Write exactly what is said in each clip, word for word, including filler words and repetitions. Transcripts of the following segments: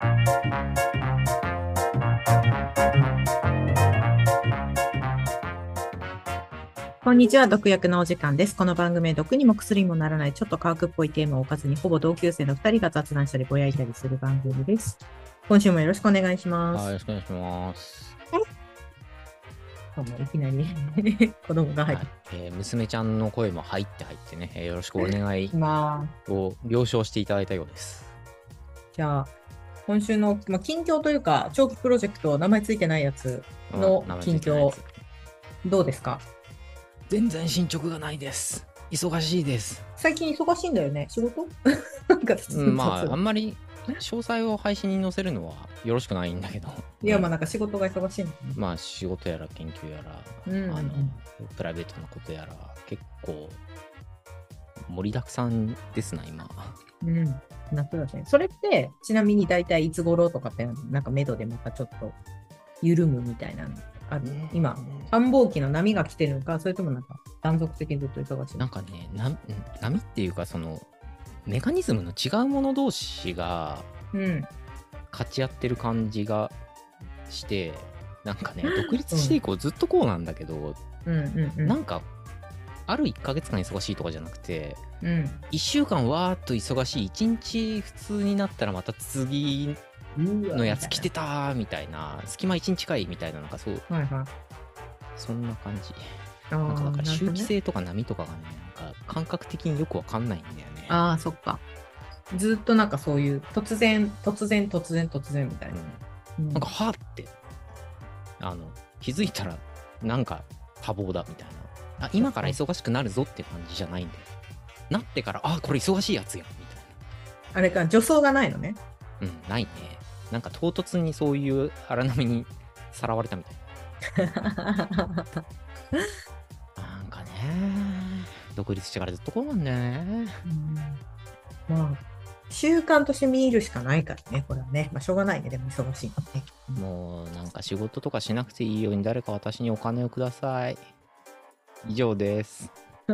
こんにちは、毒薬のお時間です。この番組は毒にも薬にもならないちょっと科学っぽいテーマをおかずにほぼ同級生のふたりが雑談したりぼやいたりする番組です。今週もよろしくお願いします。 はい、よろしくお願いします。 どうもいきなり子供が入って、 はい、えー、娘ちゃんの声も入って入ってね、えー、よろしくお願いまあ、 を了承していただいたようです。 じゃあ今週の、まあ、近況というか長期プロジェクト名前ついてないやつの近況どうですか？ 全然進捗がないです。忙しいです。 最近忙しいんだよね、仕事なんか、 うん、まああんまり詳細を配信に載せるのはよろしくないんだけどいや、まあなんか仕事が忙しいの、ね、 まあ仕事やら研究やら、うん、あのプライベートなことやら結構盛りだくさんですな今。 うん夏だね。それってちなみに大体いつ頃とかってなんか目処でまたちょっと緩むみたいなのある、ね、今繁忙期の波が来てるのか、それともなんか断続的にずっと忙しい。 なんかね、な波っていうかそのメカニズムの違うもの同士が勝ち合ってる感じがして、うん、なんかね独立して以降ずっとこうなんだけど、うんうんうん、なんかあるいっかげつかん忙しいとかじゃなくて、うん、いっしゅうかんわーっと忙しい、いちにち普通になったらまた次のやつ来てたーみたいな、隙間いちにちかいみたいな、なんかそう、はいはい、そんな感じ。なんかだから周期性とか波とかがね、なんか感覚的によくわかんないんだよね。 ああ、そっか。ずっとなんかそういう突然突然突然突然みたいな。 うん、なんかはーって、あの気づいたらなんか多忙だみたいな。あ、今から忙しくなるぞって感じじゃないんだよ。なってから、あ、これ忙しいやつやみたいな。あれか、助走がないのね。 うん、ないね。なんか唐突にそういう荒波にさらわれたみたいな。なんかね、独立してからずっとこうなんだよね。 うん、まあ、習慣として見るしかないからね、これはね。まあ、しょうがないね、でも忙しいのね。 もう、なんか仕事とかしなくていいように誰か私にお金をください。以上です。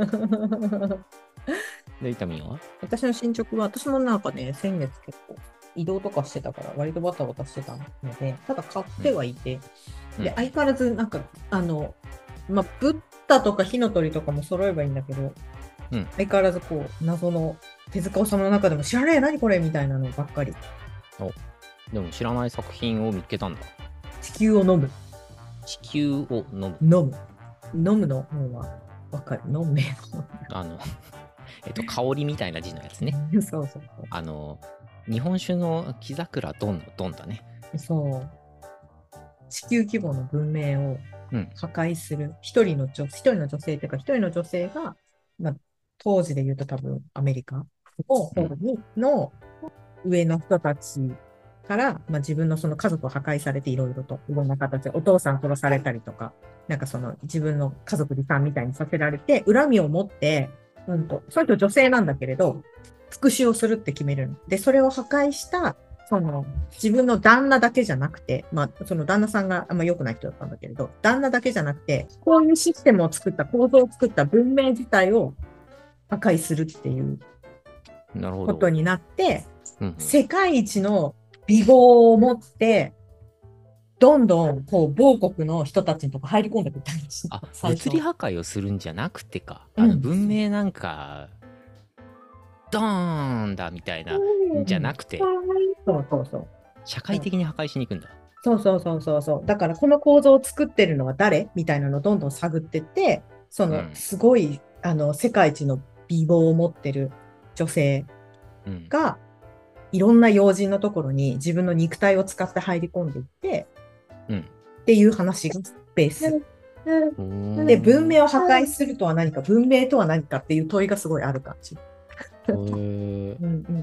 で、イタミンは？ 私の進捗は、私もなんかね、先月結構移動とかしてたから、割とバタバタしてたので、ただ買ってはいて、うん、で、相変わらず、なんか、あの、まあ、ブッダとか火の鳥とかも揃えばいいんだけど、うん、相変わらずこう、謎の手塚治虫の中でも知らねえ、何これみたいなのばっかり。 お、でも知らない作品を見つけたんだ。 地球を飲む。 地球を飲む。 飲む。飲むの方はわかる。飲めの。 あの、えっと、香りみたいな字のやつね。 そうそうそう。 あの、日本酒の木桜ドンのドンだね。 そう。地球規模の文明を破壊する一、うん、人の女、一人の女性というか、一人の女性が、まあ、当時で言うと多分アメリカの方にの上の人たちから、まあ、自分のその家族を破壊されていろいろといろんな形でお父さん殺されたりとか、なんかその自分の家族離散みたいにさせられて、恨みを持って、うんと、それと女性なんだけれど、復讐をするって決める。で、それを破壊した、その自分の旦那だけじゃなくて、まあ、その旦那さんがあんま良くない人だったんだけれど、旦那だけじゃなくて、こういうシステムを作った、構造を作った文明自体を破壊するっていうことになって、うんうん、世界一の美貌を持って、どんどんこう某国の人たちのとこ入り込んでくる。 あ、物理破壊をするんじゃなくてか、あの文明なんか、うん、ドーンだみたいな、んじゃなくて、 そうそうそう。 社会的に破壊しに行くんだ。 そうそうそうそうそう。だからこの構造を作ってるのは誰みたいなのをどんどん探ってって、そのすごい、うん、あの世界一の美貌を持ってる女性が、うん、いろんな要人のところに自分の肉体を使って入り込んでいって、うん、っていう話がベース。うん、で、文明を破壊するとは何か、文明とは何かっていう問いがすごいある感じ。 へうんうん、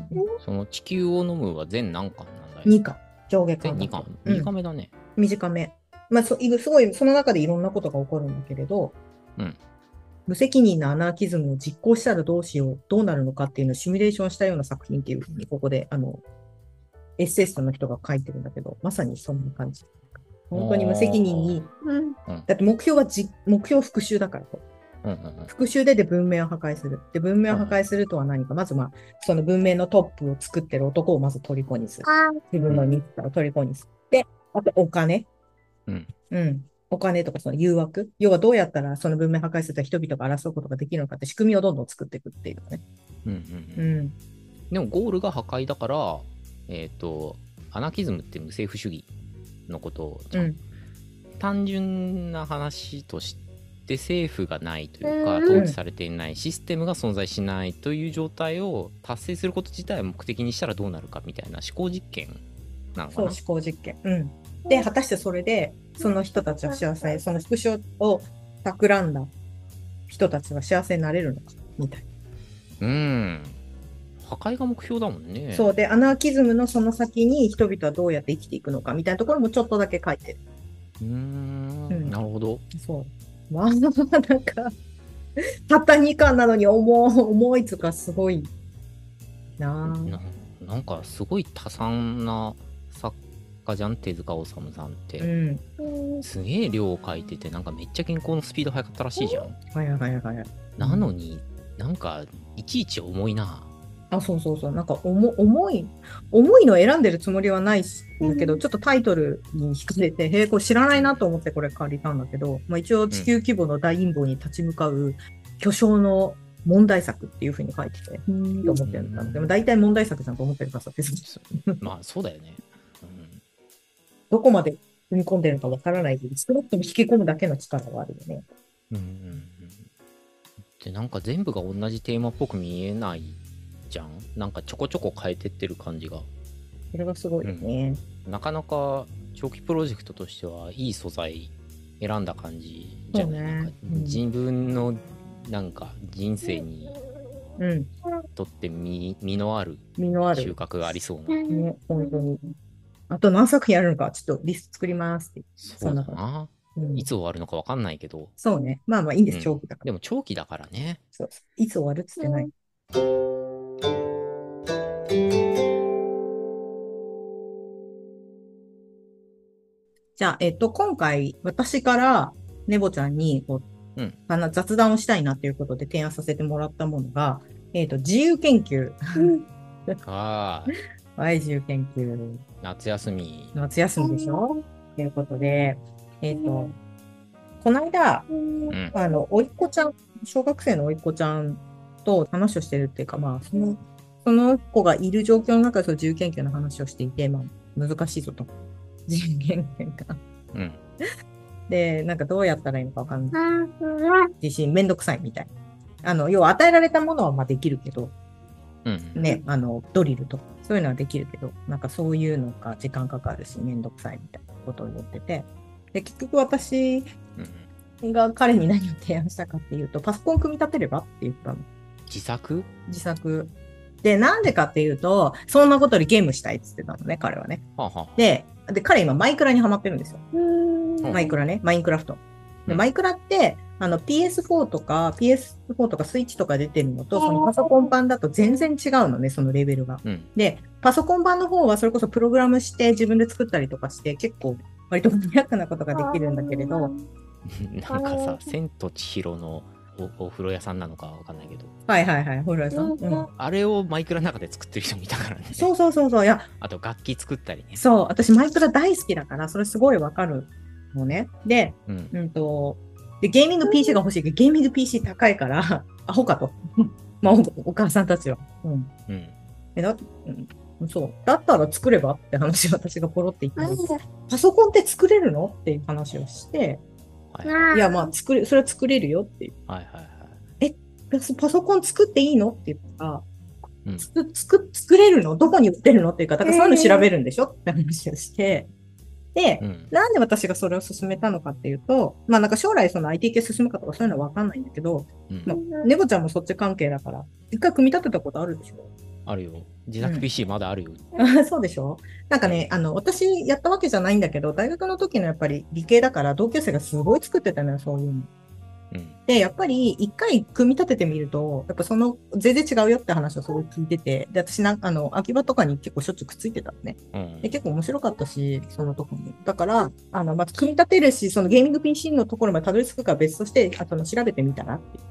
その地球を飲むは全何巻なんだよ。 にかん。上下巻。 にかん。短めだね。 うん、短め。まあそ、すごい、その中でいろんなことが起こるんだけれど、うん、無責任なアナーキズムを実行したらどうしよう、どうなるのかっていうのをシミュレーションしたような作品っていうふうに、ここで、あの、エッセイストの人が書いてるんだけど、まさにそんな感じ。本当に無責任に。うん、だって目標はじ、目標復讐だからと。 うんうんうん、 復讐でで文明を破壊する。で、文明を破壊するとは何か、まずまあ、その文明のトップを作ってる男をまず虜にする。自分の日課を虜にする。で、あとお金。 うん。 うん。お金とかその誘惑。要はどうやったらその文明破壊すると人々が争うことができるのかって仕組みをどんどん作っていくっていうね。 うんうんうん。うん、でもゴールが破壊だから、えっと、アナキズムって無政府主義のことじゃん。うん、単純な話として政府がないというか、統治されていないシステムが存在しないという状態を達成すること自体を目的にしたらどうなるかみたいな思考実験なのかな。 そう、思考実験。うん。で、果たしてそれで、その人たちは幸せ、その復讐を企んだ人たちは幸せになれるのか、みたいな。うん。破壊が目標だもんね。 そう。で、アナーキズムのその先に人々はどうやって生きていくのか、みたいなところもちょっとだけ書いてる。 うーん、うん、なるほど。 そう。まあ、なんか、たったにかんなのに重い、重いつかすごいなな。なんかすごい多産な作家じゃん、手塚治虫さんって、うん、すげえ量を書いてて、なんかめっちゃ原稿のスピード速かったらしいじゃん。 はいはいはいはい。 なのに、なんかいちいち重いな。 あ、そうそうそう。なんか重重い、重いのを選んでるつもりはないんだけど、うん、ちょっとタイトルに惹かれて、へえ、これ知らないなと思ってこれ借りたんだけど、まあ一応地球規模の大陰謀に立ち向かう巨匠の問題作っていうふうに書いてて、うん、と思ってるんだ。でも大体問題作じゃんと思ってるからさ、 まあそうだよね。 うん、どこまで踏み込んでるかわからないけど、少なくとも引き込むだけの力はあるよね。 うんうんうん。で、なんか全部が同じテーマっぽく見えないじゃん。なんかちょこちょこ変えてってる感じが。 それがすごいよね、 うん。なかなか長期プロジェクトとしてはいい素材選んだ感じじゃない、ね、なんか自分のなんか人生にとって実、実のある収穫がありそうな。 ね、本当に。あと何作品やるのか、ちょっとリスト作りますって。 そうだな。うん、いつ終わるのか分かんないけど。 そうね。まあまあいいんです、うん、長期だから。 でも長期だからね。 そうそう。いつ終わるっつってない。じゃあ、えっと、今回、私からネボちゃんにこう、うん、あの雑談をしたいなということで提案させてもらったものが、えっと、自由研究。 ああ。 はい、自由研究。 夏休み。 夏休みでしょということで、えっと、この間、うん、あの、おいっ子ちゃん、小学生のおいっ子ちゃんと話をしてるっていうか、まあ、その、その子がいる状況の中でその自由研究の話をしていて、まあ、難しいぞと。自由研究が。うん。で、なんかどうやったらいいのかわかんない。自信めんどくさいみたいな。あの、要は与えられたものはまあできるけど、うん、ね、あの、ドリルとか、そういうのはできるけど、なんかそういうのが時間かかるし、めんどくさいみたいなことを言ってて、で、結局私が彼に何を提案したかっていうと、パソコン組み立てればって言ったの。 自作自作。で、なんでかっていうと、そんなことよりゲームしたいって言ってたのね、彼はね。はあはあ、で、で、彼今マイクラにハマってるんですよ。マイクラね、マインクラフト。で、うん、マイクラって、あの ピーエスフォー とか ピーエスフォー とかスイッチとか出てるのと、そのパソコン版だと全然違うのね、そのレベルが。うん、で、パソコン版の方はそれこそプログラムして自分で作ったりとかして、結構割とマニアックなことができるんだけれど。 なんかさ、千と千尋のお, お風呂屋さんなのかわかんないけど。 はいはいはい、お風呂屋さん。うん、 あれをマイクラの中で作ってる人もいたからね。 そうそうそうそう。いや、 あと楽器作ったりね。 そう、私マイクラ大好きだから、それすごいわかるのね。で、うん、うんと、で、ゲーミング ピーシー が欲しいけど、ゲーミング ピーシー 高いから、アホかと。まあお、お母さんたちは。うん。うん。え、だ、うん、そう。だったら作ればって話を私がポロって言って、パソコンって作れるのっていう話をして、はいはい、いや、まあ、作れ、それは作れるよっていう。はいはいはい。え、パソコン作っていいのって言ったら、うん、つく、つく、作れるのどこに売ってるのっていうか、だからそういうの調べるんでしょって話をして、で、うん、なんで私がそれを進めたのかっていうと、まあなんか将来その アイティー 系進むかとかそういうのはわかんないんだけど、うん、まあ、ネボちゃんもそっち関係だから、一回組み立てたことあるでしょ？ あるよ。自作 ピーシー まだあるよ。 うん、そうでしょ？なんかね、あの、私やったわけじゃないんだけど、大学の時のやっぱり理系だから同級生がすごい作ってたのよ、そういうの。うん、で、やっぱり一回組み立ててみると、やっぱその全然違うよって話をすごい聞いてて、で、私なんかあの、秋葉とかに結構しょっちゅうくっついてたのね。うん、で結構面白かったし、その時に。だから、あの、まず組み立てるし、そのゲーミング ピーシー のところまでたどり着くかは別として、あとの調べてみたらって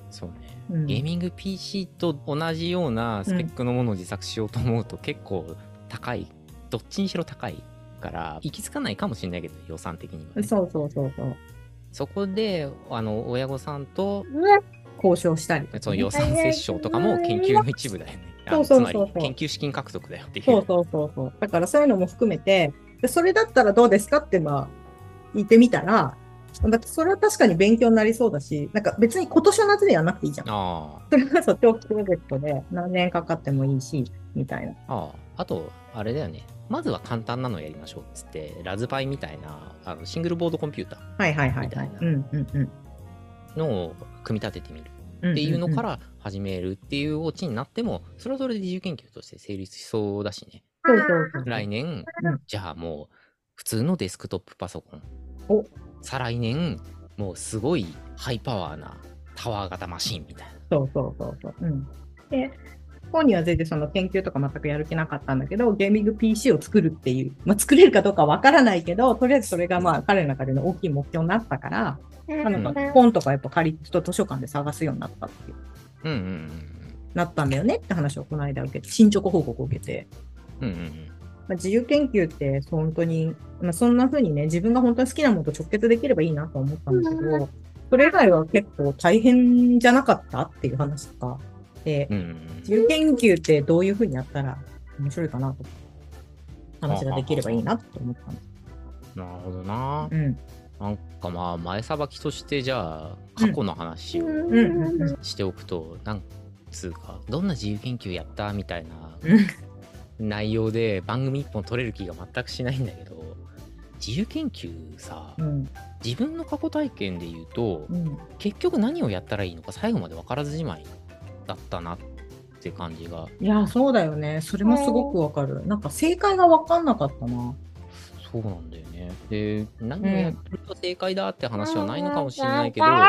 そうね、うん、ゲーミング ピーシー と同じようなスペックのものを自作しようと思うと結構高い、どっちにしろ高いから行き着かないかもしれないけど、予算的には、ね、 そうそうそうそう。 そこであの親御さんと交渉したりとか、ね、 その予算折衝とかも研究の一部だよね。 そうそうそうそう。 つまり研究資金獲得だよっていう。 そうそうそうそう。だからそういうのも含めて、でそれだったらどうですかってまあ言ってみたら、だってそれは確かに勉強になりそうだし、なんか別に今年の夏でやらなくていいじゃん。あそれこそ長期プロジェクトで何年かかってもいいし、みたいな。ああ、あと、あれだよね。まずは簡単なのをやりましょうっつって、ラズパイみたいなあのシングルボードコンピューターみたいなのを組み立ててみるっていうのから始めるっていうオチになっても、それはそれで自由研究として成立しそうだしね。 そうそうそう来年、うん、じゃあもう普通のデスクトップパソコン。お再来年もうすごいハイパワーなタワー型マシンみたいな。 そうそうそうそう。うん、で本には全然その研究とか全くやる気なかったんだけど、ゲーミング ピーシー を作るっていう、まあ、作れるかどうかわからないけど、とりあえずそれがまあ彼の中での大きい目標になったから、うん、なんか本とかやっぱ借りと図書館で探すようになったっていう、うんうんうん、なったんだよねって話をこの間受けて、進捗報告を受けて。うんうんうん、まあ、自由研究って本当に、まあ、そんな風にね、自分が本当に好きなものと直結できればいいなと思ったんだけど、それ以外は結構大変じゃなかったっていう話とかで、うんうん、自由研究ってどういう風にやったら面白いかなと話ができればいいなと思ったの。 なるほどな、うん、なんかまあ前さばきとしてじゃあ過去の話をしておくと、なんつうかどんな自由研究やったみたいな内容で番組一本取れる気が全くしないんだけど、自由研究さ、うん、自分の過去体験で言うと、うん、結局何をやったらいいのか最後まで分からずじまいだったなって感じが。 いやそうだよね、それもすごく分かる。なんか正解が分かんなかったな。 そうなんだよね。で何をやってると正解だって話はないのかもしれないけど、うん、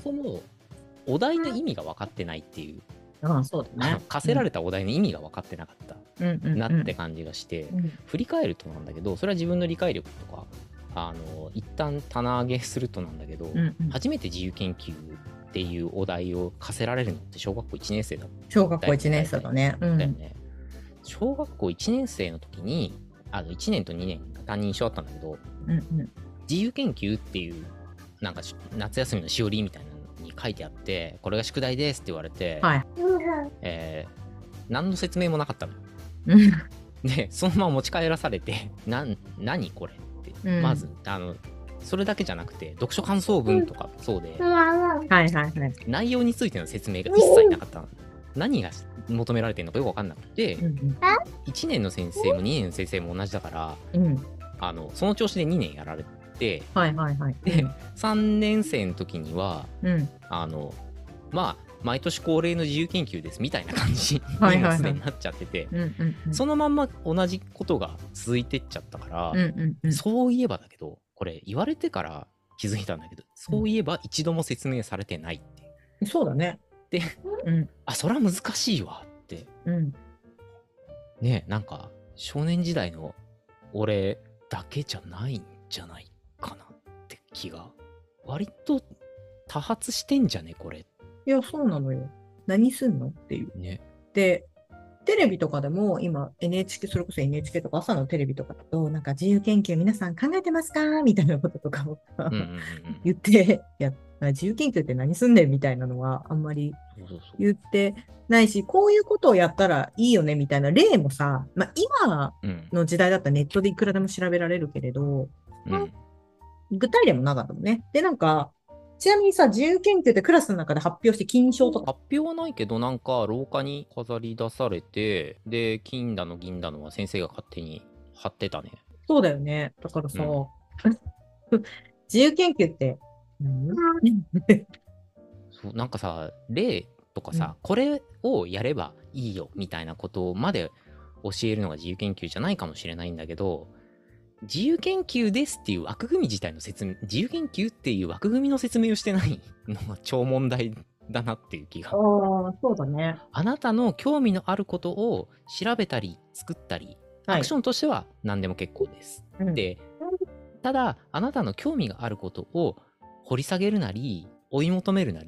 そもそもお題の意味が分かってないっていう、 ああそうだね、 課せられたお題の意味が分かってなかった、うん、なって感じがして、うん、振り返るとなんだけど、それは自分の理解力とかあの一旦棚上げするとなんだけど、うんうん、初めて自由研究っていうお題を課せられるのって小学校いちねん生だった、ね、 小学校いちねん生だね、うん、 だよね。小学校いちねん生の時にあのいちねんとにねん担任一緒だったんだけど、うんうん、自由研究っていうなんか夏休みのしおりみたいなのに書いてあって、これが宿題ですって言われて、はい、えー、何の説明もなかったのでそのまま持ち帰らされてな何これって、うん、まずあのそれだけじゃなくて読書感想文とかそうで、はいはいはい、内容についての説明が一切なかったの。何が求められてるのかよく分かんなくて、うんうん、いちねんの先生もにねんの先生も同じだから、うん、あのその調子でにねんやられて、はいはいはい、でさんねん生の時には、うん、あのまあ毎年恒例の自由研究ですみたいな感じにもすでになっちゃってて、そのまんま同じことが続いてっちゃったから、うんうんうん、そういえばだけどこれ言われてから気づいたんだけど、そういえば一度も説明されてないっていう、 うん、そうだね。 で、うん、あそれは難しいわって、うん、ね、なんか少年時代の俺だけじゃないんじゃないかなって気が割と多発してんじゃねこれ。 いやそうなのよ、何すんのっていう、ね、でテレビとかでも今 エヌエイチケー、それこそ エヌエイチケー とか朝のテレビとかだとなんか自由研究皆さん考えてますかみたいなこととかを言ってや自由研究って何すんねんみたいなのはあんまり言ってないし、こういうことをやったらいいよねみたいな例もさ、まあ、今の時代だったらネットでいくらでも調べられるけれど、うん、具体例もなかったもんね。でなんかちなみにさ、自由研究ってクラスの中で発表して金賞とか？ 発表はないけど、なんか廊下に飾り出されて、で金だの銀だのは先生が勝手に貼ってたね。 そうだよね。だからさ、うん、自由研究って何そうなんかさ、例とかさ、うん、これをやればいいよみたいなことまで教えるのが自由研究じゃないかもしれないんだけど、自由研究ですっていう枠組み自体の説明、自由研究っていう枠組みの説明をしてないのが超問題だなっていう気が。 ああ、そうだね。 あなたの興味のあることを調べたり作ったり、はい、アクションとしては何でも結構です。うん、で、ただあなたの興味があることを掘り下げるなり追い求めるなり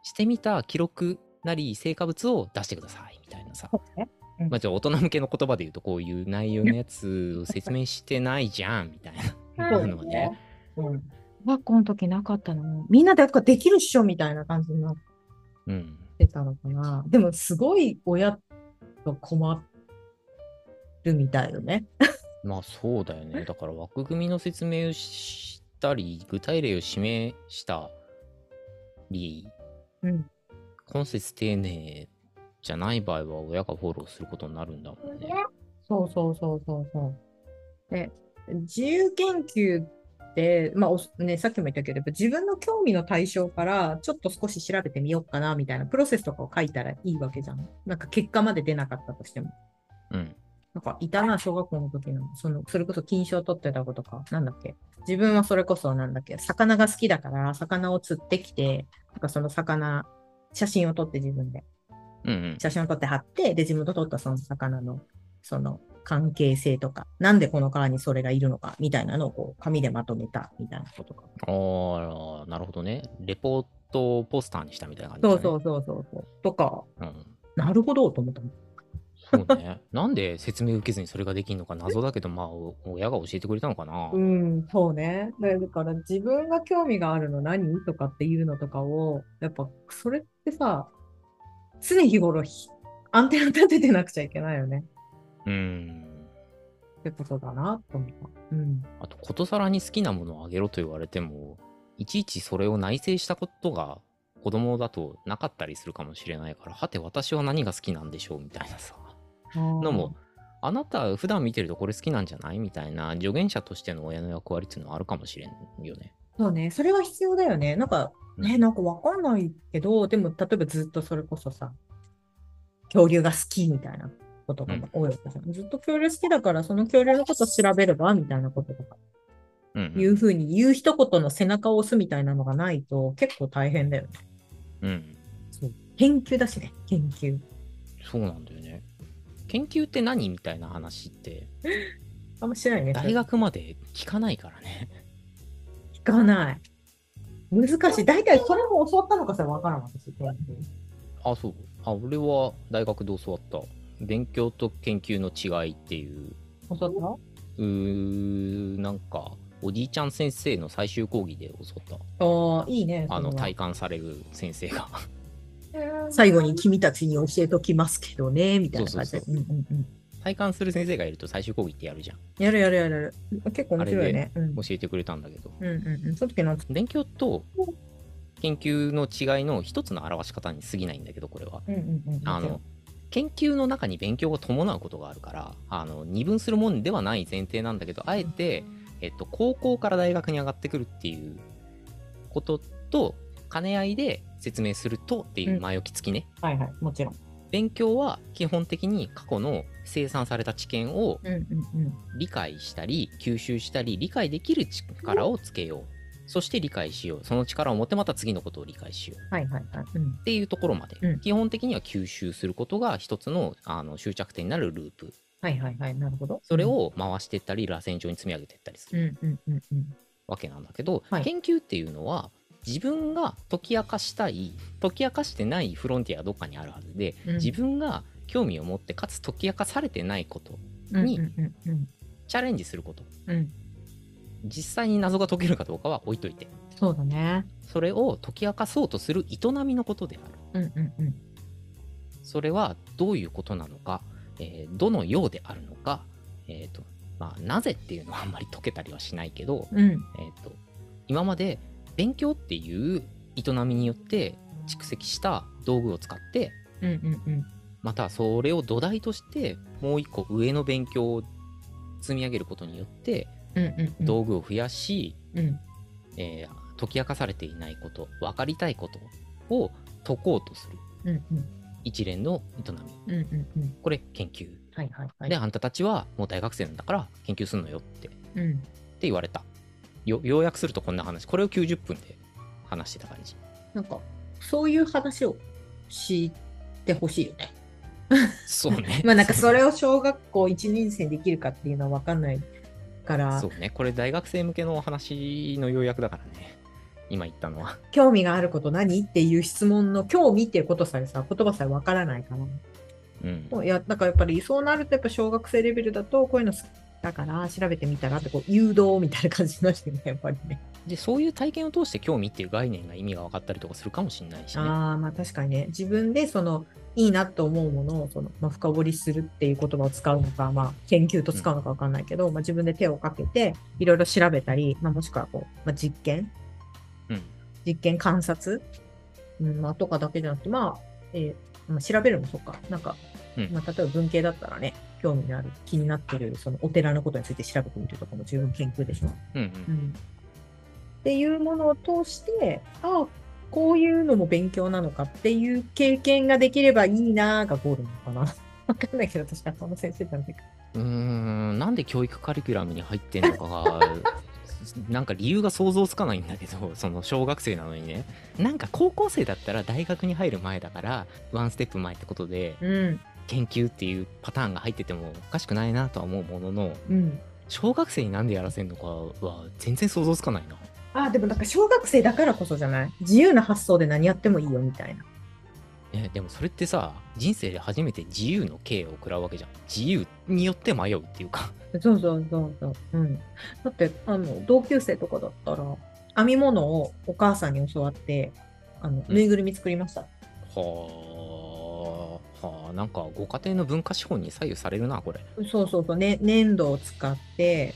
してみた記録なり成果物を出してくださいみたいなさ。うん、まあじゃあ大人向けの言葉で言うとこういう内容のやつを説明してないじゃんみたいなのはね。 うん。学校の時なかったの。みんなでできるっしょみたいな感じになってたのかな。うん、でもすごい親と困るみたいよね。 まあそうだよね。だから枠組みの説明をしたり、具体例を示したり、 うん、 今節丁寧じゃない場合は親がフォローすることになるんだもんね。 そうそうそうそうそう。で、自由研究って、まあね、さっきも言ったけど、自分の興味の対象からちょっと少し調べてみようかなみたいなプロセスとかを書いたらいいわけじゃん。なんか結果まで出なかったとしても。 うん。 なんかいたな、小学校の時の、その、それこそ金賞取ってたことか、なんだっけ。自分はそれこそなんだっけ、魚が好きだから、魚を釣ってきて、なんかその魚、写真を撮って自分で。 うんうん、 写真を撮って貼って、で、自分と撮ったその魚の、その関係性とか、なんでこの川にそれがいるのか、みたいなのをこう紙でまとめた、みたいなことか。 ああ、なるほどね。レポートをポスターにしたみたいな感じ、ね、 そうそうそうそう。とか、 うん、 なるほど、と思った。 そうね。なんで説明受けずにそれができるのか謎だけど、まあ、親が教えてくれたのかな。 うん、そうね。だから自分が興味があるの何とかっていうのとかを、やっぱそれってさ、常日頃アンテナ立ててなくちゃいけないよね。 うん。 ってことだなと思った。うん。 あと、ことさらに好きなものをあげろと言われても、いちいちそれを内省したことが子供だとなかったりするかもしれないから、はて私は何が好きなんでしょうみたいなさ。のも、あなた普段見てるとこれ好きなんじゃないみたいな助言者としての親の役割っていうのはあるかもしれんよね。 そうね。それは必要だよね。なんか、ね、なんかわかんないけど、でも例えばずっとそれこそさ、恐竜が好きみたいなことが多いわけじゃん。うん、ずっと恐竜好きだから、その恐竜のこと調べればみたいなこととか。うんうん、いうふうに言う一言の背中を押すみたいなのがないと結構大変だよね。 うん。 そう。研究だしね、研究。 そうなんだよね。研究って何みたいな話って。 あんましないね。 大学まで聞かないからね。 聞かない。難しい。大体それも教わったのかさ、わからん、私。 あ、そう。あ、俺は大学で教わった。勉強と研究の違いっていう。 教わった？ うー、なんか、おじいちゃん先生の最終講義で教わった。 ああ、いいね。 あの、体感される先生が。 最後に君たちに教えときますけどね、みたいな感じで。 体感する先生がいると最終講義ってやるじゃん。 やるやるやる。結構面白いね。 教えてくれたんだけど。 うんうんうん。その時の勉強と研究の違いの一つの表し方に過ぎないんだけど、これは。あの、研究の中に勉強を伴うことがあるから、あの、二分するもんではない前提なんだけど、あえて、えっと、高校から大学に上がってくるっていうことと、兼ね合いで説明するとっていう前置き付きね、 うん、はいはい、もちろん。 勉強は基本的に過去の生産された知見を理解したり吸収したり理解できる力をつけよう、そして理解しよう、その力を持ってまた次のことを理解しよう、はいはいはい、うん、っていうところまで、うん、基本的には吸収することが一つの、あの終着点になるループ、 はいはいはい、なるほど。 それを回していったり螺旋状に積み上げていったりする、うんうんうんうん、わけなんだけど、はい、研究っていうのは自分が解き明かしたい、解き明かしてないフロンティアがどっかにあるはずで、うん、自分が興味を持ってかつ解き明かされてないことにチャレンジすること、うん、実際に謎が解けるかどうかは置いといて、 そうだね、 それを解き明かそうとする営みのことである、うんうんうん、それはどういうことなのか、えー、どのようであるのか、えーとまあ、なぜっていうのはあんまり解けたりはしないけど、うん、えーと今まで勉強っていう営みによって蓄積した道具を使って、うんうんうん、またそれを土台としてもう一個上の勉強を積み上げることによって、うんうんうん、道具を増やし、うんえー、解き明かされていないこと、分かりたいことを解こうとする、うんうん、一連の営み、うんうんうん、これ研究、はいはいはい、であんたたちはもう大学生なんだから研究するのよって、うん、って言われた。よ要約するとこんな話、これをきゅうじゅっぷんで話してた感じ。 なんかそういう話をしてほしいよね。 そうね。 まあなんかそれを小学校いちねん生にできるかっていうのは分かんないから。 そうね、これ大学生向けの話の要約だからね。 今言ったのは。 興味があること何っていう質問の興味っていうことさえさ、言葉さえわからないから。うん。いや、だからやっぱりそうなると、やっぱ小学生レベルだと、こういうの好きだから調べてみたらって、こう、誘導みたいな感じになってね、やっぱりね。 で、そういう体験を通して興味っていう概念が意味が分かったりとかするかもしれないしね。 ああ、まあ確かにね。自分でその、いいなと思うものをその、まあ、深掘りするっていう言葉を使うのか、まあ、研究と使うのか分かんないけど、うん、まあ、自分で手をかけて、いろいろ調べたり、まあ、もしくはこう、まあ、実験、 うん、 実験観察、うんまあ、とかだけじゃなくて、まあ、えーまあ、調べるのそっか。なんか、うん、まあ、例えば文系だったらね、興味のある、気になってる、そのお寺のことについて調べてみるとかも十分研究でしょ。うん、うんうん、っていうものを通して、ああ、こういうのも勉強なのかっていう経験ができればいいながゴールなのかな。わかんないけど、私はその先生じゃないか。 うーん、なんで教育カリキュラムに入ってんのかが、なんか理由が想像つかないんだけど、その小学生なのにね。なんか高校生だったら大学に入る前だから、ワンステップ前ってことで、うん、研究っていうパターンが入っててもおかしくないなとは思うものの、うん、小学生になんでやらせるのかは全然想像つかないな。 ああ、でもなんか小学生だからこそじゃない？自由な発想で何やってもいいよみたいな。 え、でもそれってさ、人生で初めて自由の刑を食らうわけじゃん。自由によって迷うっていうか。 そうそうそうそう。うん。だって、あの、同級生とかだったら、編み物をお母さんに教わって、あの、ぬいぐるみ作りました。うん、 はあ、はあ、なんかご家庭の文化資本に左右されるな、これ。 そうそうそう、ね、粘土を使って、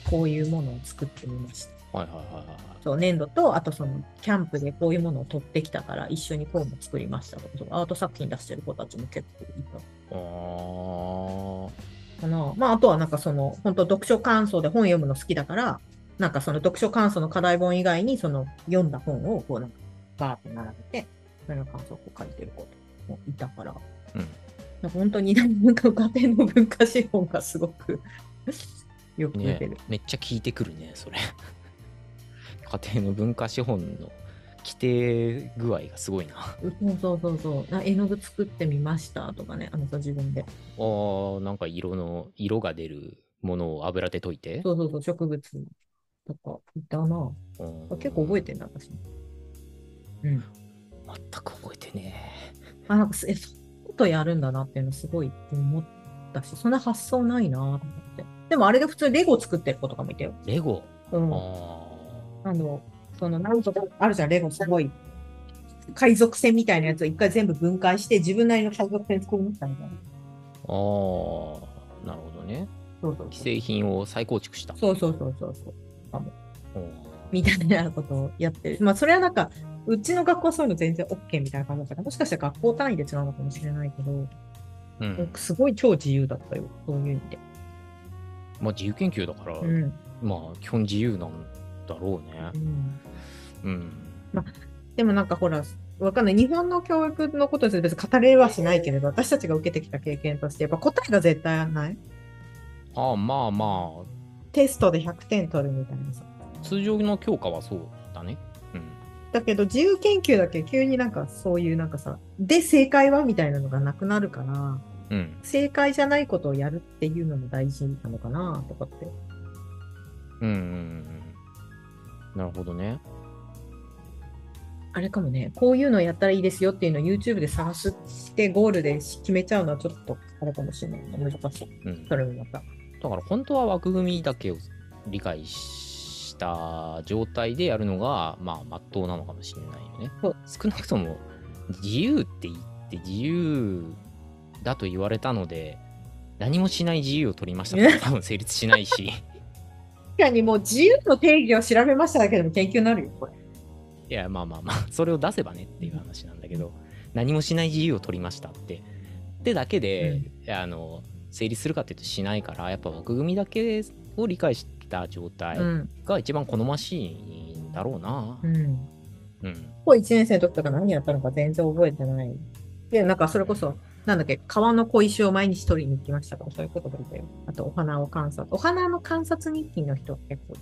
こういうものを作ってみました。はいはいはいはい。そう、粘土と、あとその、キャンプでこういうものを取ってきたから、一緒にこういうの作りましたとか、アート作品出してる子たちも結構いた。ああ。かな。まあ、あとはなんかその、本当読書感想で本読むの好きだから、なんかその読書感想の課題本以外に、その読んだ本をこうなんかバーって並べて、それの感想を書いてる子もいたから、うん。なんか本当になんか家庭の文化資本がすごくよく出てる、 ね。めっちゃ聞いてくるね、それ。家庭の文化資本の規定具合がすごいな。 そうそうそうそう。絵の具作ってみましたとかね、あのさ、自分で。 ああ、なんか色の、色が出るものを油で溶いて。 そうそうそう、植物とかいたな。結構覚えてんだ、私。 うん。全く覚えてねえ。あ、なんか、え、そういうことやるんだなっていうのすごい思ったし、そんな発想ないなと思って。でもあれで普通レゴ作ってる子とかもいたよ。 レゴうん。 ああの、その、なんとかあるじゃん、レゴすごい。海賊船みたいなやつを一回全部分解して、自分なりの海賊船作りましたみたいな。ああ、なるほどね。そうそうそう既製品を再構築した。 そうそうそうそうそう。かも。みたいなことをやってる。まあ、それはなんか、うちの学校はそういうの全然 OK みたいな感じだったから、もしかしたら学校単位で違うのかもしれないけど、うん、すごい超自由だったよ、そういう意味で。 まあ、自由研究だから、うん、まあ、基本自由なんだろうね。うん。 うん、まあ、でもなんかほら、わかんない。日本の教育のことに別に語れはしないけれど、私たちが受けてきた経験として、やっぱ答えが絶対ない。 ああ、まあまあ。 テストでひゃくてん取るみたいなさ。 通常の教科はそうだね。うん。 だけど、自由研究だけ急になんかそういうなんかさ、で、正解はみたいなのがなくなるから、うん、正解じゃないことをやるっていうのも大事なのかなとかって。 うん、うん、なるほどね。 あれかもね、こういうのやったらいいですよっていうのを YouTube で探してゴールで決めちゃうのはちょっとあれかもしれない。難しい。うん、それもまた。 だから本当は枠組みだけを理解した状態でやるのが、まあ、まっとうなのかもしれないよね。少なくとも自由って言って自由だと言われたので、何もしない自由を取りましたって多分成立しないし。 確かにもう自由の定義を調べましただけでも研究になるよ、これ。 いや、まあまあまあ、それを出せばねっていう話なんだけど、何もしない自由を取りましたって。ってだけで、うん、あの、成立するかっていうとしないから、やっぱ枠組みだけを理解した状態が一番好ましいんだろうな。うん。 うん。高いちねん生の時とか何やったのか全然覚えてない。で、なんかそれこそ、なんだっけ、川の小石を毎日取りに行きましたとか、そういうことがいたよ。あと、お花を観察。お花の観察日記の人結構。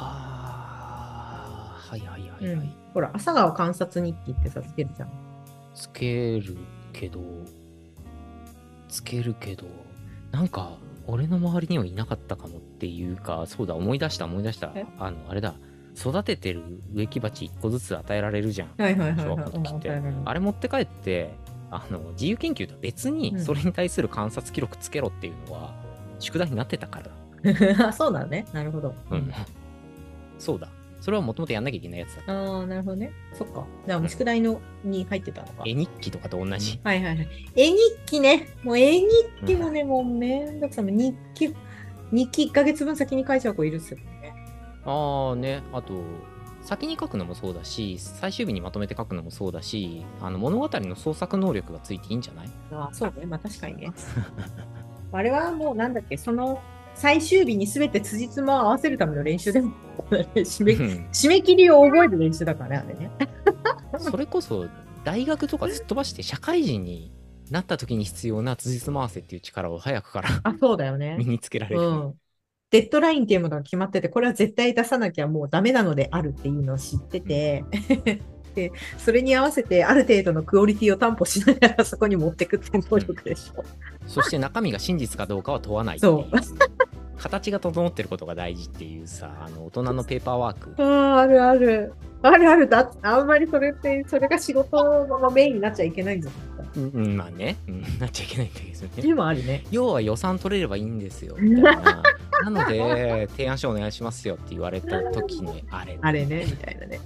ああ、はいはいはいはい。うん、 ほら、朝顔観察日記ってさ、つけるじゃん。 つけるけど、つけるけど、なんか、俺の周りにはいなかったかもっていうか、そうだ、思い出した思い出した。あの、あれだ。 育ててる植木鉢いっこずつ与えられるじゃん。 はいはいはいはい。 小学校の時って。あれ持って帰って、あの、自由研究とは別に、それに対する観察記録つけろっていうのは、宿題になってたからだ。そうだね。なるほど。 うん。そうだ。それはもともとやんなきゃいけないやつだ。 ああ、なるほどね。そっか。じゃあもう宿題の、うん、に入ってたのか。 絵日記とかと同じ。 はいはいはい。絵日記ね。もう絵日記もね、うん、もうめんどくさい。日記、日記いっかげつぶん先に書いちゃう子いるっすよね。 ああね。あと、先に書くのもそうだし、最終日にまとめて書くのもそうだし、あの物語の創作能力がついていいんじゃない？ ああ、そうね。まあ確かにね。あれはもうなんだっけ、その、最終日にすべて辻褄を合わせるための練習でも締め締め切りを覚える練習だからね、あれね。 それこそ大学とかすっ飛ばして社会人になった時に必要な辻褄合わせっていう力を早くからあ、そうだよね。 身につけられる、 うん。デッドラインっていうものが決まってて、これは絶対出さなきゃもうダメなのであるっていうのを知ってて、うん、でそれに合わせてある程度のクオリティを担保しながらそこに持ってくって能力でしょ、 うん、そして中身が真実かどうかは問わないっていう。そう形が整ってることが大事っていうさ、あの大人のペーパーワーク。 ああ、あるある。あるあるだ。あんまりそれって、それが仕事のメインになっちゃいけないんじゃないですか。 うん、まあね、うん、なっちゃいけないんだけどね。 でもあるね。 要は予算取れればいいんですよ、みたいな。なので、提案書お願いしますよって言われた時に、あれ、ね。 あれね、みたいなね。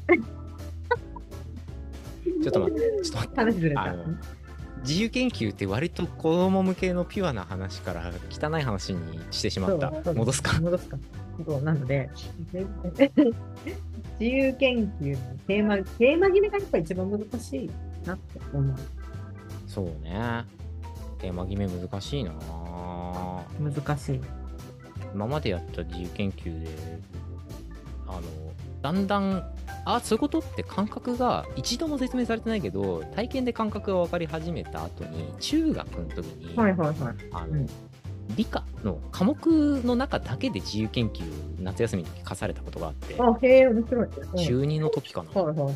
ちょっと待って、ちょっと待って。 話ずれた。 自由研究って割と子供向けのピュアな話から汚い話にしてしまった。戻すか。 戻すか。そうなので、自由研究のテーマ、テーマ決めがやっぱ一番難しいなって思う。 そうね。テーマ決め難しいな。 難しい。 今までやった自由研究で、あの、だんだん、あ、そういうことって感覚が一度も説明されてないけど、体験で感覚が分かり始めた後に、中学の時に、 はいはいはい、 あの、うん、理科の科目の中だけで自由研究夏休みの時課されたことがあって、 あ、へえ、面白い。 うん、中にの時かな。はいはいはい。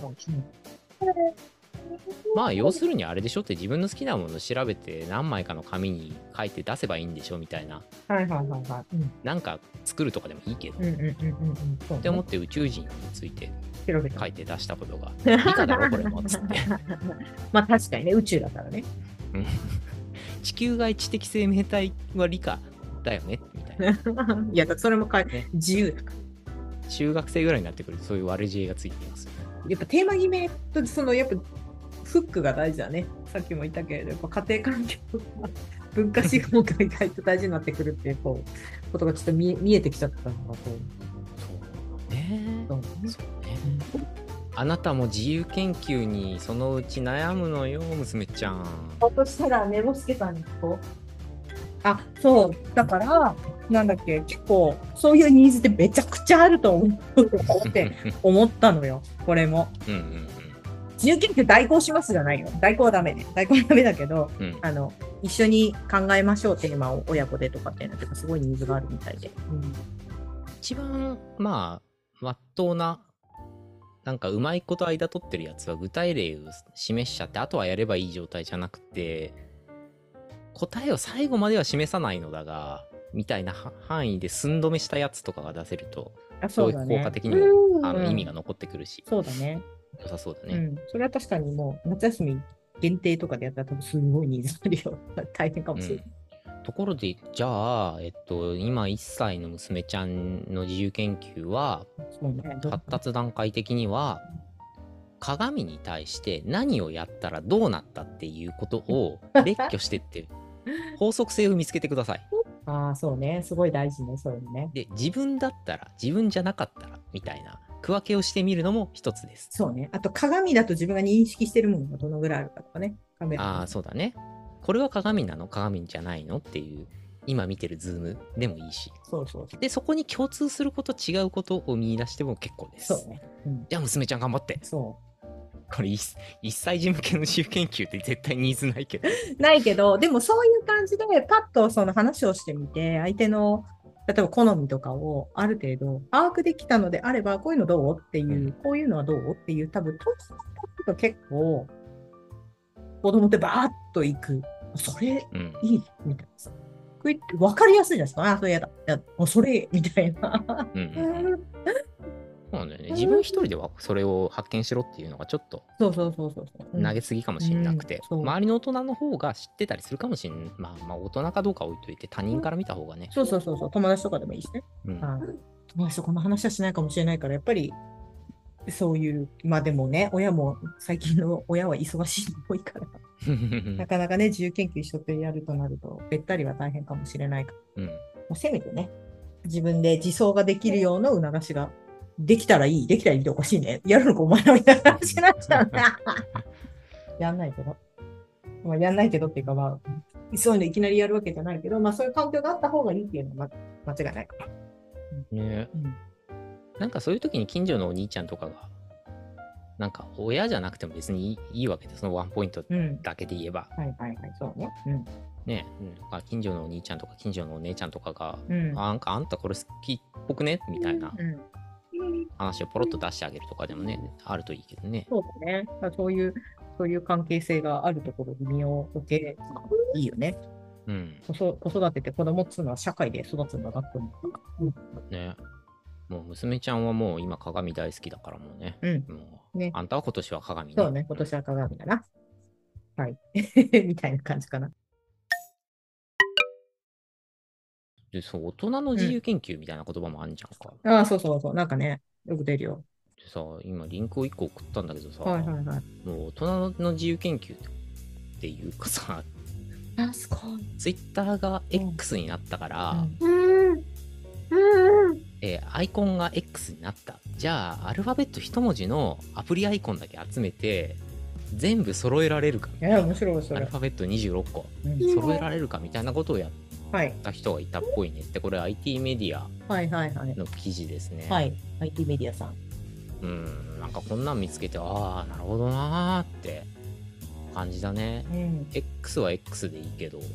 まあ要するにあれでしょって自分の好きなものを調べて何枚かの紙に書いて出せばいいんでしょみたいな。 はいはいはいはい。うん、 なんか作るとかでもいいけど。 うんうんうんうんうん。 って思って宇宙人について書いて出したことが。 理科だろこれもっつって。 まあ確かにね、宇宙だからね。 地球外知的生命体は理科だよねみたいな。 いや、それもか、ね、自由だから。 中学生ぐらいになってくるとそういう悪知恵がついていますよね。 やっぱテーマ決めとそのやっぱフックが大事だね。さっきも言ったけれど、やっぱ家庭環境とか文化資本が意外と大事になってくるっていうこうことがちょっと見え見えてきちゃったのがこう。 そうね。そうね。そうね。あなたも自由研究にそのうち悩むのよ、娘ちゃん。 そしたら寝ぼすけさんに聞こう。あ、そう。だから、なんだっけ、結構、そういうニーズってめちゃくちゃあると思うって思ったのよ、これも。うんうんうん、自由研究代行しますじゃないよ。代行はダメね。代行はダメだけど、うん、あの、一緒に考えましょう、テーマを親子でとかっていうのってすごいニーズがあるみたいで。うん、 一番、まあ、まっとうな、なんかうまいこと間取ってるやつは具体例を示しちゃって、あとはやればいい状態じゃなくて、答えを最後までは示さないのだが、みたいな範囲で寸止めしたやつとかが出せると、そういう効果的にも、あの意味が残ってくるし。 そうだね。 良さそうだね。 うん。それは確かにもう、夏休み限定とかでやったら多分すごいニーズあるよ。大変かもしれない。 うん、ところで、じゃあ、えっと、今いっさいの娘ちゃんの自由研究は、ね、発達段階的には、鏡に対して何をやったらどうなったっていうことを列挙してって法則性を見つけてください。 ああ、そうね。すごい大事ね、そういうのね。 で、自分だったら、自分じゃなかったら、みたいな区分けをしてみるのも一つです。 そうね。あと、鏡だと自分が認識してるものがどのぐらいあるかとかね。 カメラ。ああ、そうだね。これは鏡なの鏡じゃないのっていう、今見てるズームでもいいし。 そうそうそう。 で、そこに共通すること、違うことを見出しても結構です。 そうね。うん、 じゃあ、娘ちゃん頑張って。 そう。 これいっさい児向けの自由研究って絶対ニーズないけど。 ないけど、でもそういう感じでパッとその話をしてみて、相手の例えば好みとかをある程度把握できたのであれば、こういうのどうっていう、うん、こういうのはどうっていう、多分、とと結構、子供ってバーッといく。それ、いい、うん、みたいなさ。分かりやすいじゃないですか。あ、それやだ。いや、それ、みたいな。うんうんそそうなんだよね。自分一人ではそれを発見しろっていうのがちょっとそうそうそうそうそう。 投げすぎかもしれなくて、 うんうん、 周りの大人の方が知ってたりするかもしれない。まあまあ大人かどうか置いといて他人から見た方がね。 そうそうそうそう。友達とかでもいいしね。うん、友達とこの話はしないかもしれないから、やっぱりそういう、まあでもね、親も最近の親は忙しいの多いから、なかなかね、自由研究一緒でやるとなると、べったりは大変かもしれないから、うん、まあ、せめてね、自分で自走ができるような促しができたらいい、できたらいいっておかしいね。やるのかお前らみたいな話になっちゃうな。やんないけど。まあ、やんないけどっていうか、まあ、そういうのいきなりやるわけじゃないけど、まあそういう環境があった方がいいっていうのは間違いないから。 ね、うん、なんかそういう時に近所のお兄ちゃんとかが、なんか親じゃなくても別にいいわけで、そのワンポイントだけで言えば。 うん、はいはいはい、そうね。うん、 ね、うん、近所のお兄ちゃんとか近所のお姉ちゃんとかが、うん、あ、なんかあんたこれ好きっぽくねみたいな話をポロッと出してあげるとかでもね、あるといいけどね。 そうだね。だそういう、そういう関係性があるところに身を置け、いいよね。うん、子育てて子供っつうのは社会で育つんだなって思う。うん、 ね。もう娘ちゃんはもう今鏡大好きだからもうね。うん、もうね、あんたは今年は鏡ね。そうね、今年は鏡だな。はい。みたいな感じかな。 で、そう、大人の自由研究みたいな言葉もあんじゃんか。 うん、ああ、そうそうそう。なんかね、よく出るよ。 でさ、今リンクをいっこ送ったんだけどさ、 はいはいはい、 もう大人の自由研究っていうかさ、 確かに。 ツイッターが X になったから、 うんうんえー、アイコンが X になった。じゃあアルファベット一文字のアプリアイコンだけ集めて全部揃えられるかみたいな。 いや面白いそれ。 アルファベットにじゅうろっこ、うん、揃えられるかみたいなことをやった人がいたっぽいねって、これ アイティー メディアの記事ですね。 はい、はい、アイティー メディアさん。 うん、なんかこんなん見つけて、ああなるほどなーって感じだね。うん、X は X でいいけど、うん、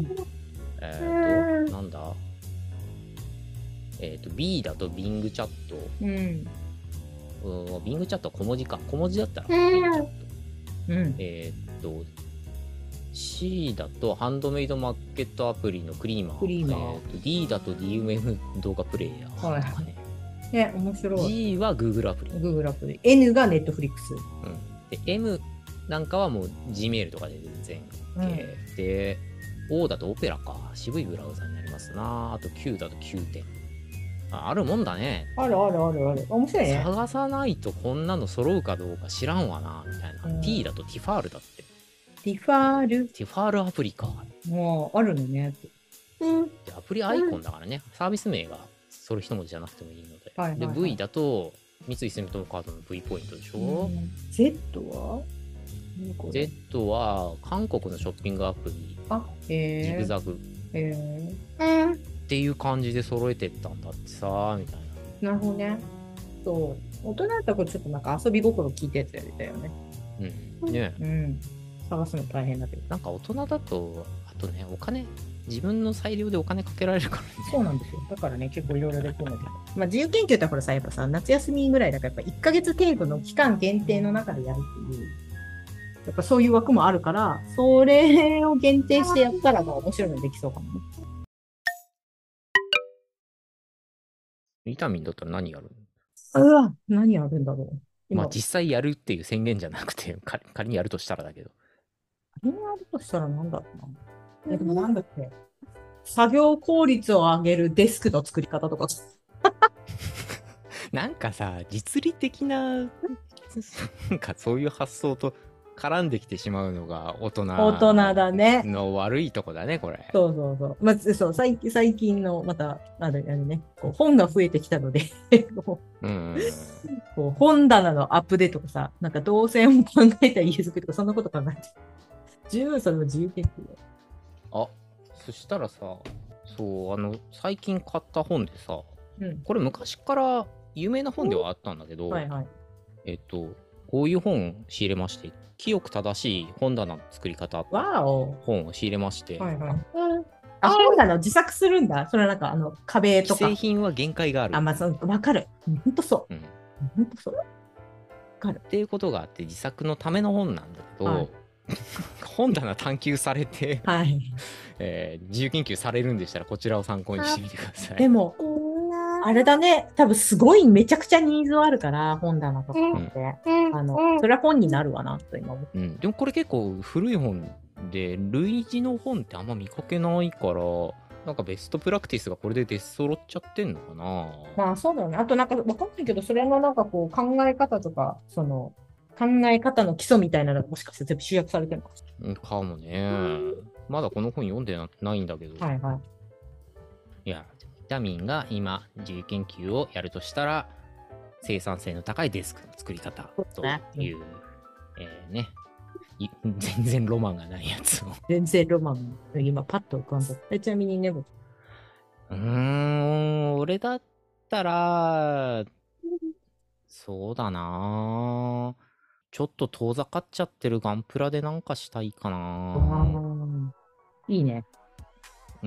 えっとなんだえっと B だと Bing チャット、うん、Bing チャットは小文字か、小文字だったら Bing チャット、うん、えっと C だとハンドメイドマーケットアプリのクリーマー、クリーマー、えー、と D だと ディーエムエム 動画プレイヤー、はい、ね、 ね、面白い。 G は Google アプリ、 Google アプリ、 N が Netflix、うん、 で M なんかはもう Gmail とかで全然 OK、うん、で O だとオペラか、渋いブラウザになりますな。あと Q だときゅうてん、あ, あるもんだね。 あるあるあるある。面白いね。 探さないとこんなの揃うかどうか知らんわなみたいな、うん、T だとティファールだって。 ティファールティファールアプリか。 もうあるのね。 うん。でアプリアイコンだからね、うん、サービス名がそれ一文字じゃなくてもいいので。はいはいはい、で V だと三井住友カードの V ポイントでしょ。うん、 Z は Z は韓国のショッピングアプリ、あ、えー、ジグザグ、えー、っていう感じで揃えてったんだってさみたいな。なるほどね。そう、大人だったらちょっとなんか遊び心聞いてってやりたいよね。 うんね、うん、 探すの大変だけど、 なんか大人だとあとね、お金自分の裁量でお金かけられるからね。 そうなんですよ。だからね、結構いろいろできるので、まあ、自由研究ってほらさ、やっぱさ、夏休みぐらいだからやっぱいっかげつ程度の期間限定の中でやるっていう、やっぱそういう枠もあるから、それを限定してやったらもう面白いのできそうかもね。 ビタミンだったら何やるの？うわ、何やるんだろう。まあ実際やるっていう宣言じゃなくて、仮にやるとしたらだけど。 仮にやるとしたら何だろうな。え、でもなんだっけ。作業効率を上げるデスクの作り方とか。 なんかさ、実利的な、なんかそういう発想と絡んできてしまうのが大人大人だねの悪いとこだね、これ。 そうそうそう。まず、そう、最近、最近の、また、あれね、こう本が増えてきたのでうん、こう本棚のアップデートとかさ、なんか動線を考えた家づくりとか、そんなこと考えて。十分それも自由研究だよ。 あ、そしたらさ、そう、あの、最近買った本でさ、うん、これ昔から有名な本ではあったんだけど、はいはい、えっと、こういう本仕入れまして、清く正しい本棚の作り方、本を仕入れまして、はいはい、 あ、本棚を自作するんだ。それはなんかあの壁とか。 既製品は限界がある。 あ、まあ、そう、わかる。ほんとそう。うん、ほんとそう。わかる。っていうことがあって、自作のための本なんだけど、はい、本棚探求されて、はいえー、自由研究されるんでしたらこちらを参考にしてみてください。 でもあれだね。多分すごいめちゃくちゃニーズはあるから、本棚とかって。うん、あの、それは本になるわな、と今思って。 うん。でもこれ結構古い本で、類似の本ってあんま見かけないから、なんかベストプラクティスがこれで出揃っちゃってんのかな。 まあそうだよね。あとなんかわかんないけど、それのなんかこう考え方とか、その考え方の基礎みたいなのがもしかして全部集約されてるのかもしれない。 かもね。まだこの本読んでないんだけど。 はいはい。 いや、ビタミンが今自由研究をやるとしたら、生産性の高いデスクの作り方という、うえー、ね。全然ロマンがないやつを。 全然ロマンが今パッと浮かんだ。え、ちなみにね、うーん、俺だったら、そうだなちょっと遠ざかっちゃってるガンプラでなんかしたいかないいね。 うん、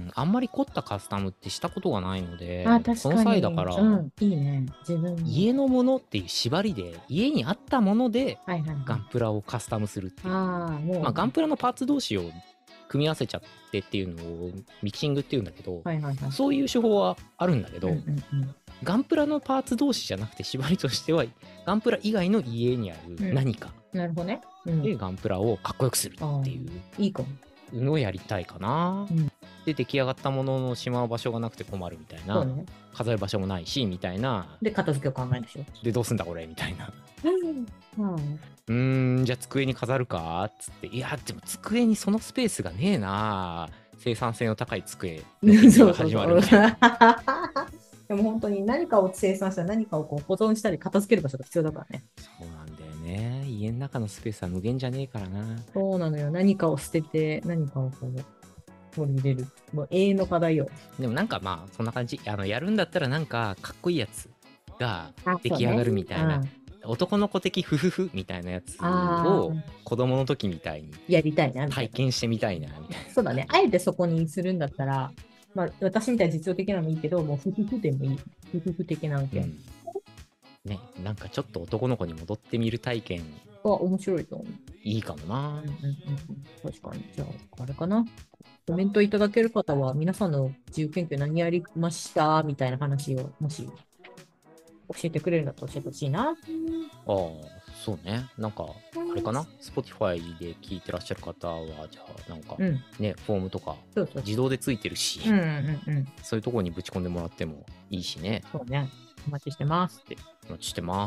あんまり凝ったカスタムってしたことがないので、 あ、確かにその際だから、 うん、いいね。自分家のものっていう縛りで、家にあったもので、 はいはいはい、 ガンプラをカスタムするっていう。 あもうまあ、ガンプラのパーツ同士を組み合わせちゃってっていうのをミキシングっていうんだけど、 はいはいはい、 そういう手法はあるんだけど、 うんうんうん、 ガンプラのパーツ同士じゃなくて縛りとしては、ガンプラ以外の家にある何か、 うん、なるほどね、 うん、でガンプラをかっこよくするっていういいかものをやりたいかな、うん、で出来上がったもののしまう場所がなくて困るみたいな、ね、飾る場所もないしみたいな、 で片付けを考えるでしょ。 でどうすんだこれみたいな、 うん、 うーんじゃあ机に飾るかっつって、いやでも机にそのスペースがねえな、生産性の高い机が始まるみたいなでも本当に何かを生産したら何かをこう保存したり片付ける場所が必要だからね。 そうなんだよね。家の中のスペースは無限じゃねえからな。 そうなのよ。何かを捨てて何かをこう取り入れる。もう永遠の課題よ。 でもなんかまあそんな感じ。あのやるんだったらなんかかっこいいやつが出来上がるみたいな。男の子的フフフみたいなやつを子供の時みたいにやりたいな。 体験してみたいなみたいな。 そうだね。あえてそこにするんだったら、まあ、私みたいに実用的なのもいいけど、もうフフフでもいい。フフフ的な案件、うん。 ね、なんかちょっと男の子に戻ってみる体験。 あ、面白いと思う。 いいかもな。うんうんうん、 確かに。じゃあ、あれかな。コメントいただける方は、皆さんの自由研究何やりましたみたいな話を、もし教えてくれるんだと教えてほしいな。 ああ、そうね。なんか、あれかな ?Spotify で聞いてらっしゃる方は、じゃあ、なんか、うん、ね、フォームとか、自動でついてるし、うんうんうん、そういうところにぶち込んでもらってもいいしね。 そうね。お待ちしてますって。 お待ちしてます。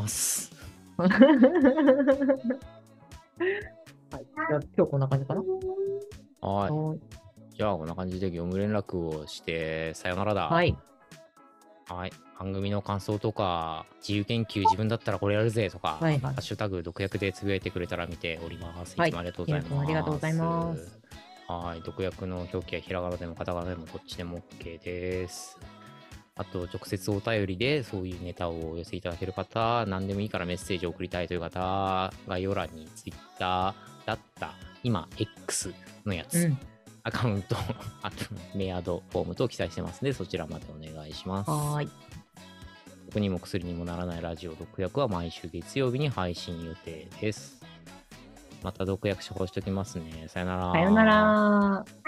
はい。じゃあ、今日こんな感じかな。 はい。はいじゃあ、こんな感じで業務連絡をして、さよならだ。 はい。 はい。番組の感想とか、自由研究自分だったらこれやるぜとか、はいはい、ハッシュタグ、毒薬でつぶやいてくれたら見ております。いつもありがとうございます。はい、 ありがとうございます。 はい。毒薬の表記はひらがなでもカタカナでもどっちでも OK です。あと、直接お便りでそういうネタをお寄せいただける方、何でもいいからメッセージを送りたいという方、概要欄に Twitter だった、今 X のやつ。うんアカウント、あとメアドフォームと記載してますので、そちらまでお願いします。 はい。 毒にも薬にもならないラジオ毒薬は毎週月曜日に配信予定です。また毒薬処方しておきますね。さよなら。 さよなら。